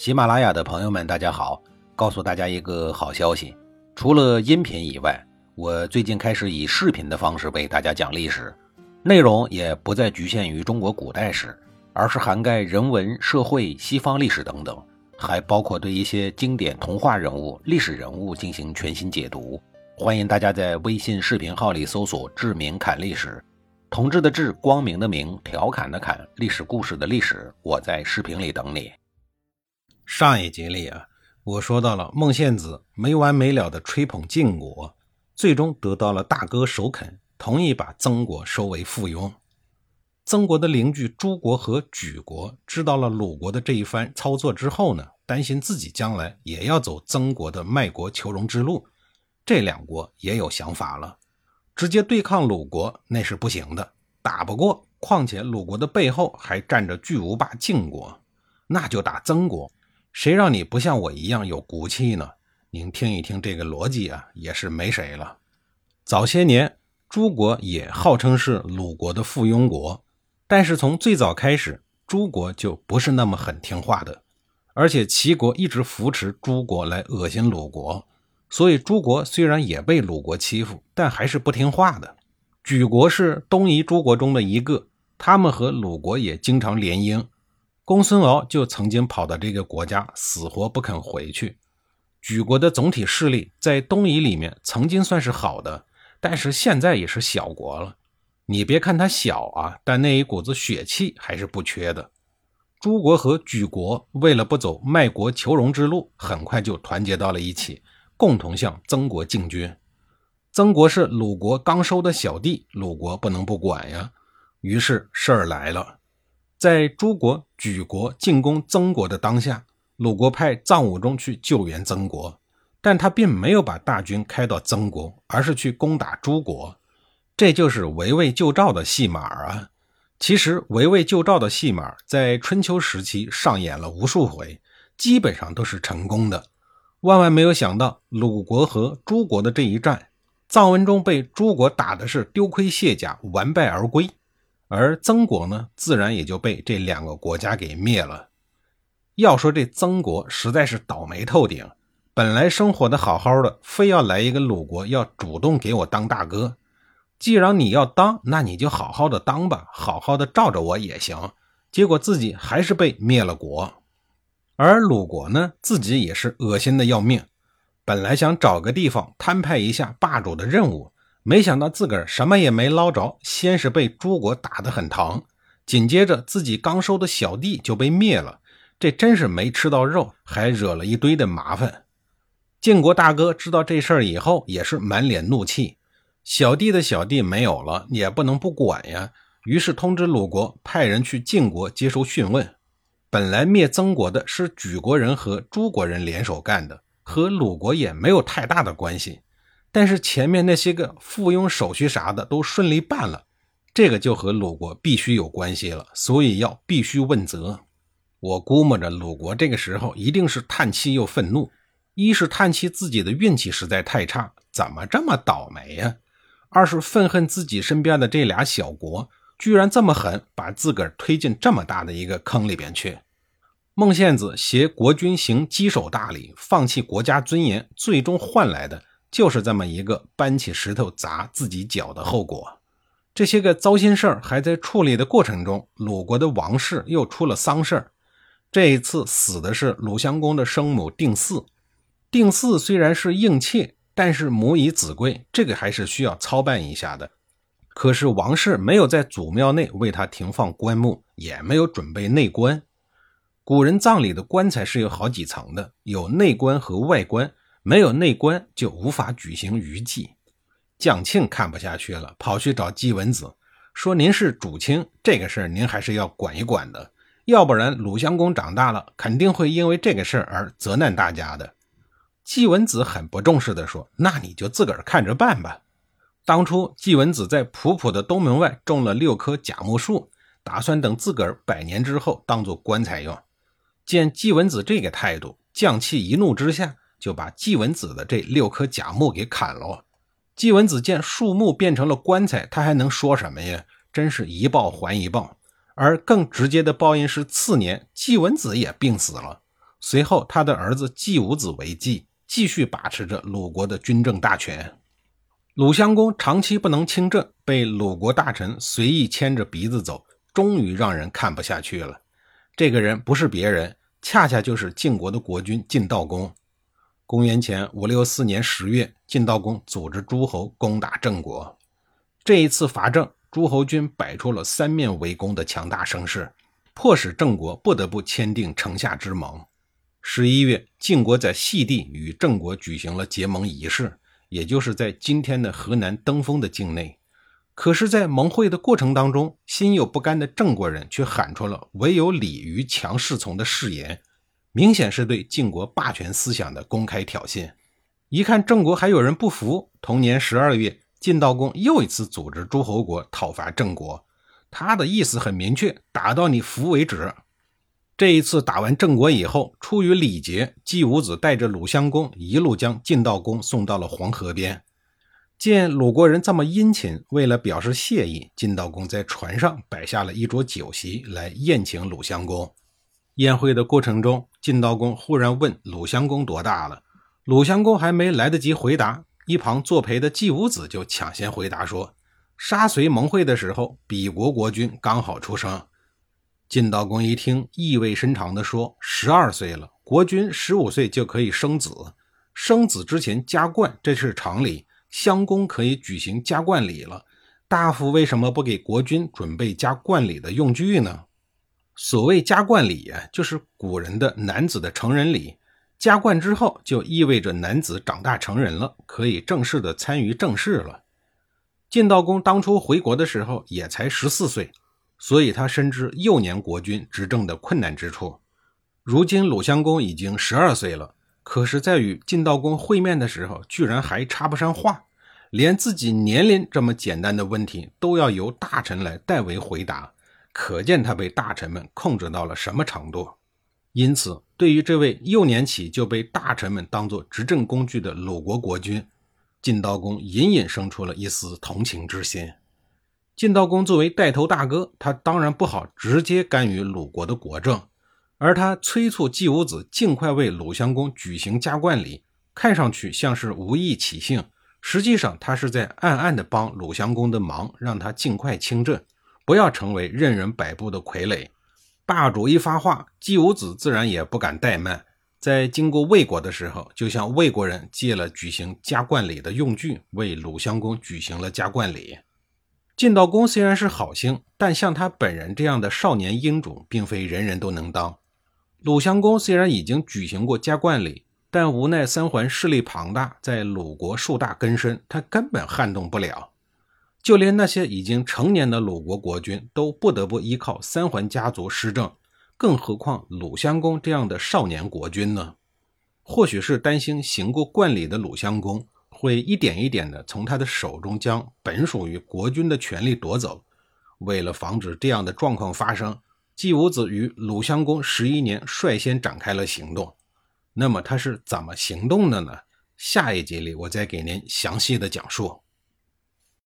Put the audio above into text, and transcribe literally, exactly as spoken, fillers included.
喜马拉雅的朋友们大家好，告诉大家一个好消息，除了音频以外，我最近开始以视频的方式为大家讲历史，内容也不再局限于中国古代史，而是涵盖人文、社会、西方历史等等，还包括对一些经典童话人物、历史人物进行全新解读。欢迎大家在微信视频号里搜索志明侃历史，同志的志，光明的明，调侃的侃，历史故事的历史，我在视频里等你。 上一集里啊，我说到了孟献子没完没了的吹捧晋国，最终得到了大哥首肯，同意把曾国收为附庸。曾国的邻居诸国和莒国知道了鲁国的这一番操作之后呢，担心自己将来也要走曾国的卖国求荣之路，这两国也有想法了，直接对抗鲁国那是不行的，打不过，况且鲁国的背后还站着巨无霸晋国，那就打曾国。谁让你不像我一样有骨气呢？您听一听这个逻辑啊，也是没谁了。早些年诸国也号称是鲁国的附庸国，但是从最早开始，诸国就不是那么很听话的，而且齐国一直扶持诸国来恶心鲁国，所以诸国虽然也被鲁国欺负，但还是不听话的。莒国是东夷诸国中的一个，他们和鲁国也经常联姻，公孙敖就曾经跑到这个国家，死活不肯回去。莒国的总体势力在东夷里面曾经算是好的，但是现在也是小国了。你别看它小啊，但那一股子血气还是不缺的。诸国和莒国为了不走卖国求荣之路，很快就团结到了一起，共同向曾国进军。曾国是鲁国刚收的小弟，鲁国不能不管呀。于是事儿来了，在诸国、莒国进攻曾国的当下，鲁国派臧武中去救援曾国，但他并没有把大军开到曾国，而是去攻打诸国。这就是围魏救赵的戏码啊！其实围魏救赵的戏码在春秋时期上演了无数回，基本上都是成功的。万万没有想到，鲁国和诸国的这一战，臧文中被诸国打的是丢盔卸甲，完败而归。而曾国呢，自然也就被这两个国家给灭了。要说这曾国实在是倒霉透顶，本来生活的好好的，非要来一个鲁国要主动给我当大哥。既然你要当，那你就好好的当吧，好好的罩着我也行。结果自己还是被灭了国。而鲁国呢，自己也是恶心的要命，本来想找个地方摊派一下霸主的任务，没想到自个儿什么也没捞着，先是被诸国打得很疼，紧接着自己刚收的小弟就被灭了，这真是没吃到肉，还惹了一堆的麻烦。晋国大哥知道这事儿以后，也是满脸怒气，小弟的小弟没有了，也不能不管呀，于是通知鲁国派人去晋国接受讯问。本来灭曾国的是莒国人和诸国人联手干的，和鲁国也没有太大的关系，但是前面那些个附庸手续啥的都顺利办了，这个就和鲁国必须有关系了，所以要必须问责。我估摸着鲁国这个时候一定是叹气又愤怒，一是叹气自己的运气实在太差，怎么这么倒霉呀？二是愤恨自己身边的这俩小国居然这么狠，把自个儿推进这么大的一个坑里边去。孟献子挟国君行鸡首大礼，放弃国家尊严，最终换来的就是这么一个搬起石头砸自己脚的后果。这些个糟心事儿还在处理的过程中，鲁国的王室又出了丧事儿。这一次死的是鲁襄公的生母定嗣。定嗣虽然是应妾，但是母以子贵，这个还是需要操办一下的。可是王室没有在祖庙内为他停放棺木，也没有准备内棺。古人葬礼的棺材是有好几层的，有内棺和外棺，没有内棺就无法举行余祭。蒋庆看不下去了，跑去找季文子，说您是主卿，这个事儿您还是要管一管的，要不然鲁襄公长大了肯定会因为这个事儿而责难大家的。季文子很不重视地说，那你就自个儿看着办吧。当初季文子在普普的东门外种了六棵假木树，打算等自个儿百年之后当做棺材用。见季文子这个态度，犟气一怒之下就把季文子的这六棵假木给砍了。季文子见树木变成了棺材，他还能说什么呀？真是一报还一报。而更直接的报应是次年季文子也病死了。 随后他的儿子季武子为继，继续把持着鲁国的军政大权。鲁襄公长期不能亲政，被鲁国大臣随意牵着鼻子走，终于让人看不下去了。这个人不是别人，恰恰就是晋国的国君晋悼公。公元前五六四年十月，晋悼公组织诸侯攻打郑国。这一次伐郑，诸侯军摆出了三面围攻的强大声势，迫使郑国不得不签订城下之盟。十一月，晋国在细地与郑国举行了结盟仪式，也就是在今天的河南登封的境内。可是在盟会的过程当中，心有不甘的郑国人却喊出了唯有礼于强势从的誓言，明显是对晋国霸权思想的公开挑衅。一看郑国还有人不服，同年十二月，晋悼公又一次组织诸侯国讨伐郑国，他的意思很明确，打到你服为止。这一次打完郑国以后，出于礼节，季武子带着鲁襄公一路将晋悼公送到了黄河边。见鲁国人这么殷勤，为了表示谢意，晋悼公在船上摆下了一桌酒席来宴请鲁襄公。宴会的过程中，晋悼公忽然问鲁襄公多大了，鲁襄公还没来得及回答，一旁作陪的季武子就抢先回答说，杀随盟会的时候，彼国国君刚好出生。晋悼公一听，意味深长地说，十二岁了，国君十五岁就可以生子，生子之前加冠，这是常理，襄公可以举行加冠礼了，大夫为什么不给国君准备加冠礼的用具呢？所谓加冠礼啊，就是古人的男子的成人礼，加冠之后就意味着男子长大成人了，可以正式的参与政事了。晋悼公当初回国的时候也才十四岁，所以他深知幼年国君执政的困难之处。如今鲁襄公已经十二岁了，可是在与晋悼公会面的时候居然还插不上话，连自己年龄这么简单的问题都要由大臣来代为回答，可见他被大臣们控制到了什么程度。因此对于这位幼年起就被大臣们当作执政工具的鲁国国君，晋悼公隐隐生出了一丝同情之心。晋悼公作为带头大哥，他当然不好直接干预鲁国的国政，而他催促季武子尽快为鲁襄公举行加冠礼，看上去像是无意起兴，实际上他是在暗暗地帮鲁襄公的忙，让他尽快亲政，不要成为任人摆布的傀儡。霸主一发话，季武子自然也不敢怠慢，在经过魏国的时候，就向魏国人借了举行加冠礼的用具，为鲁襄公举行了加冠礼。晋悼公虽然是好心，但像他本人这样的少年英主并非人人都能当。鲁襄公虽然已经举行过加冠礼，但无奈三桓势力庞大，在鲁国树大根深，他根本撼动不了。就连那些已经成年的鲁国国君都不得不依靠三桓家族施政，更何况鲁襄公这样的少年国君呢？或许是担心行过冠礼的鲁襄公会一点一点的从他的手中将本属于国君的权力夺走，为了防止这样的状况发生，季武子于鲁襄公十一年率先展开了行动。那么他是怎么行动的呢？下一集里我再给您详细的讲述。